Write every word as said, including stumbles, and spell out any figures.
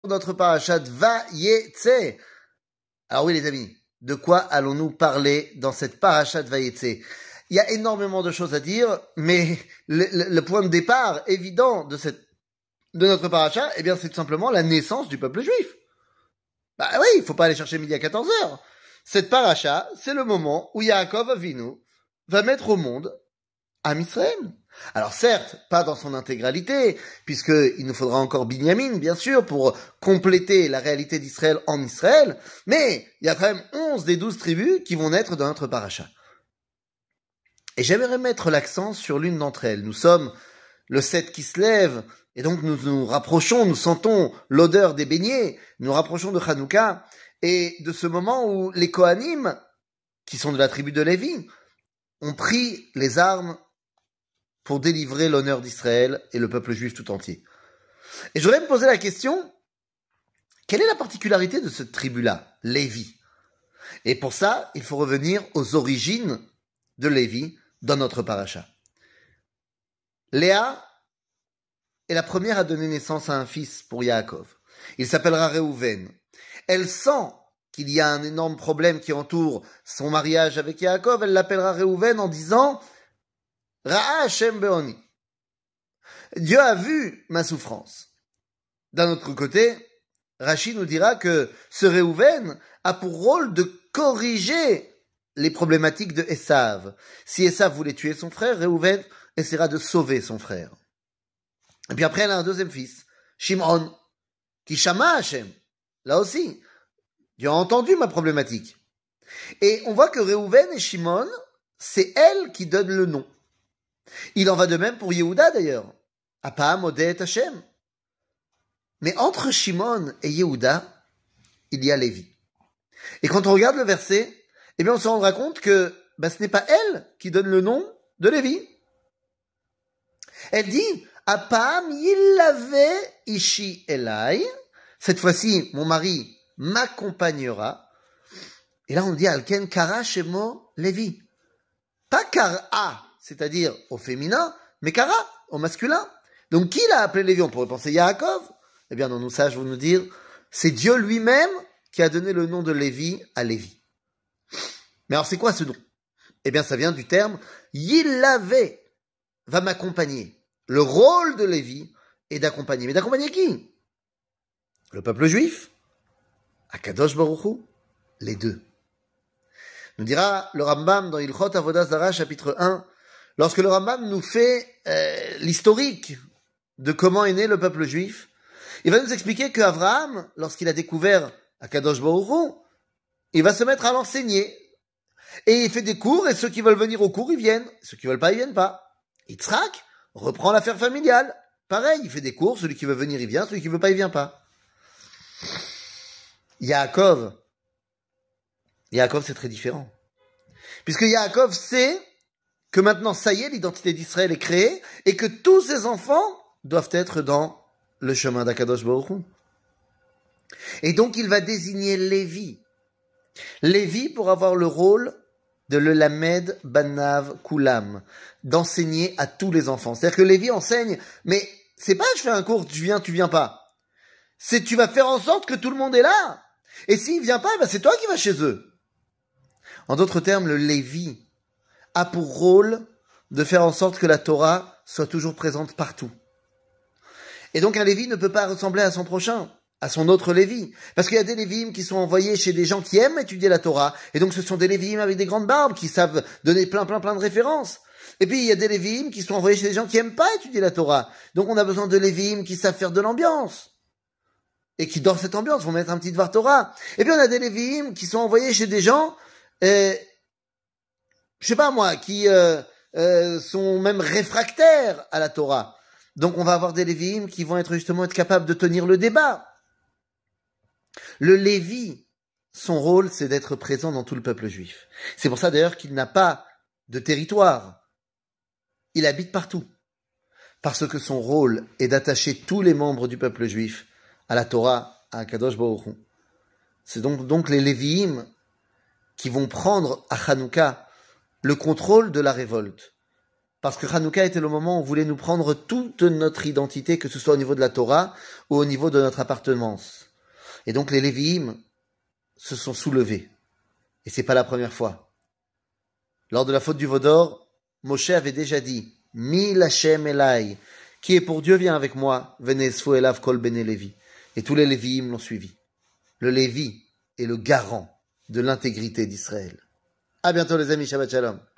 notre parashat Vayetze. Alors oui les amis, de quoi allons-nous parler dans cette parashat Vayetze? Il y a énormément de choses à dire, mais le, le, le point de départ évident de cette de notre paracha, eh bien c'est tout simplement la naissance du peuple juif. Bah oui, il faut pas aller chercher midi à quatorze heures. Cette paracha, c'est le moment où Yaakov Avinu va mettre au monde Am Israël. Alors certes, pas dans son intégralité, puisqu'il nous faudra encore Binyamin, bien sûr, pour compléter la réalité d'Israël en Israël, mais il y a quand même onze des douze tribus qui vont naître dans notre paracha. Et j'aimerais mettre l'accent sur l'une d'entre elles. Nous sommes le sept qui se lève, et donc nous nous rapprochons, nous sentons l'odeur des beignets, nous nous rapprochons de Hanouka, et de ce moment où les Kohanim, qui sont de la tribu de Lévi, ont pris les armes pour délivrer l'honneur d'Israël et le peuple juif tout entier. Et je voudrais me poser la question, quelle est la particularité de cette tribu-là, Lévi? Et pour ça, il faut revenir aux origines de Lévi dans notre paracha. Léa est la première à donner naissance à un fils pour Yaakov. Il s'appellera Réhouven. Elle sent qu'il y a un énorme problème qui entoure son mariage avec Yaakov. Elle l'appellera Réhouven en disant Ra'a Hashem Be'oni. Dieu a vu ma souffrance. D'un autre côté, Rashi nous dira que ce Réhouven a pour rôle de corriger les problématiques de Esav. Si Esav voulait tuer son frère, Réhouven essaiera de sauver son frère. Et puis après, elle a un deuxième fils, Shimon, qui chama Hashem. Là aussi, Dieu a entendu ma problématique. Et on voit que Réhouven et Shimon, c'est elle qui donne le nom. Il en va de même pour Yehuda d'ailleurs. Apam Odet Hashem. Mais entre Shimon et Yehuda, il y a Lévi. Et quand on regarde le verset, eh bien on se rendra compte que ben, ce n'est pas elle qui donne le nom de Lévi. Elle dit Apam Yilave Ishi Elai. Cette fois-ci, mon mari m'accompagnera. Et là on dit Alken Kara Shemo Lévi. Pas Kara, c'est-à-dire au féminin, mais Kara, au masculin. Donc qui l'a appelé Lévi? On pourrait penser Yaakov. Eh bien non, nous sages vont nous dire, c'est Dieu lui-même qui a donné le nom de Lévi à Lévi. Mais alors c'est quoi ce nom? Eh bien ça vient du terme Yilave, va m'accompagner. Le rôle de Lévi est d'accompagner. Mais d'accompagner qui? Le peuple juif? Akadosh Baruch Hu? Les deux. Nous dira le Rambam dans Ilchot Avodah Zara chapitre un, lorsque le Rambam nous fait euh, l'historique de comment est né le peuple juif, il va nous expliquer qu'Abraham, lorsqu'il a découvert Akadosh Baruch Hu, il va se mettre à l'enseigner. Et il fait des cours, et ceux qui veulent venir au cours, ils viennent. Ceux qui veulent pas, ils viennent pas. Yitzhak reprend l'affaire familiale. Pareil, il fait des cours, celui qui veut venir, il vient, celui qui veut pas, il vient pas. Yaakov, Yaakov, c'est très différent. Puisque Yaakov sait que maintenant, ça y est, l'identité d'Israël est créée, et que tous ses enfants doivent être dans le chemin d'Akadosh Baruch Hu. Et donc, il va désigner Lévi. Lévi pour avoir le rôle de le Lamed Banav Kulam, d'enseigner à tous les enfants. C'est-à-dire que Lévi enseigne, mais c'est pas je fais un cours, tu viens, tu viens pas. C'est tu vas faire en sorte que tout le monde est là. Et s'il vient pas, ben c'est toi qui vas chez eux. En d'autres termes, le Lévi a pour rôle de faire en sorte que la Torah soit toujours présente partout. Et donc un Lévi ne peut pas ressembler à son prochain, à son autre Lévi. Parce qu'il y a des Lévim qui sont envoyés chez des gens qui aiment étudier la Torah. Et donc ce sont des Lévim avec des grandes barbes qui savent donner plein plein plein de références. Et puis il y a des Lévim qui sont envoyés chez des gens qui aiment pas étudier la Torah. Donc on a besoin de Lévim qui savent faire de l'ambiance. Et qui dans cette ambiance vont mettre un petit devoir Torah. Et puis on a des Lévim qui sont envoyés chez des gens, euh, je sais pas moi, qui euh, euh, sont même réfractaires à la Torah. Donc on va avoir des Lévim qui vont être justement être capables de tenir le débat. Le Lévi, son rôle, c'est d'être présent dans tout le peuple juif. C'est pour ça d'ailleurs qu'il n'a pas de territoire. Il habite partout. Parce que son rôle est d'attacher tous les membres du peuple juif à la Torah, à Akadosh Baruch Hu. C'est donc, donc les Lévi'im qui vont prendre à Hanouka le contrôle de la révolte. Parce que Hanouka était le moment où on voulait nous prendre toute notre identité, que ce soit au niveau de la Torah ou au niveau de notre appartenance. Et donc les Lévi'im se sont soulevés. Et c'est pas la première fois. Lors de la faute du veau d'or, Moshe avait déjà dit « Mi Lachem Elai » qui est pour Dieu vient avec moi, Venesfu Elav Kol Bene Lévi. Et tous les Lévi'im l'ont suivi. Le Lévi est le garant de l'intégrité d'Israël. À bientôt les amis, Shabbat Shalom.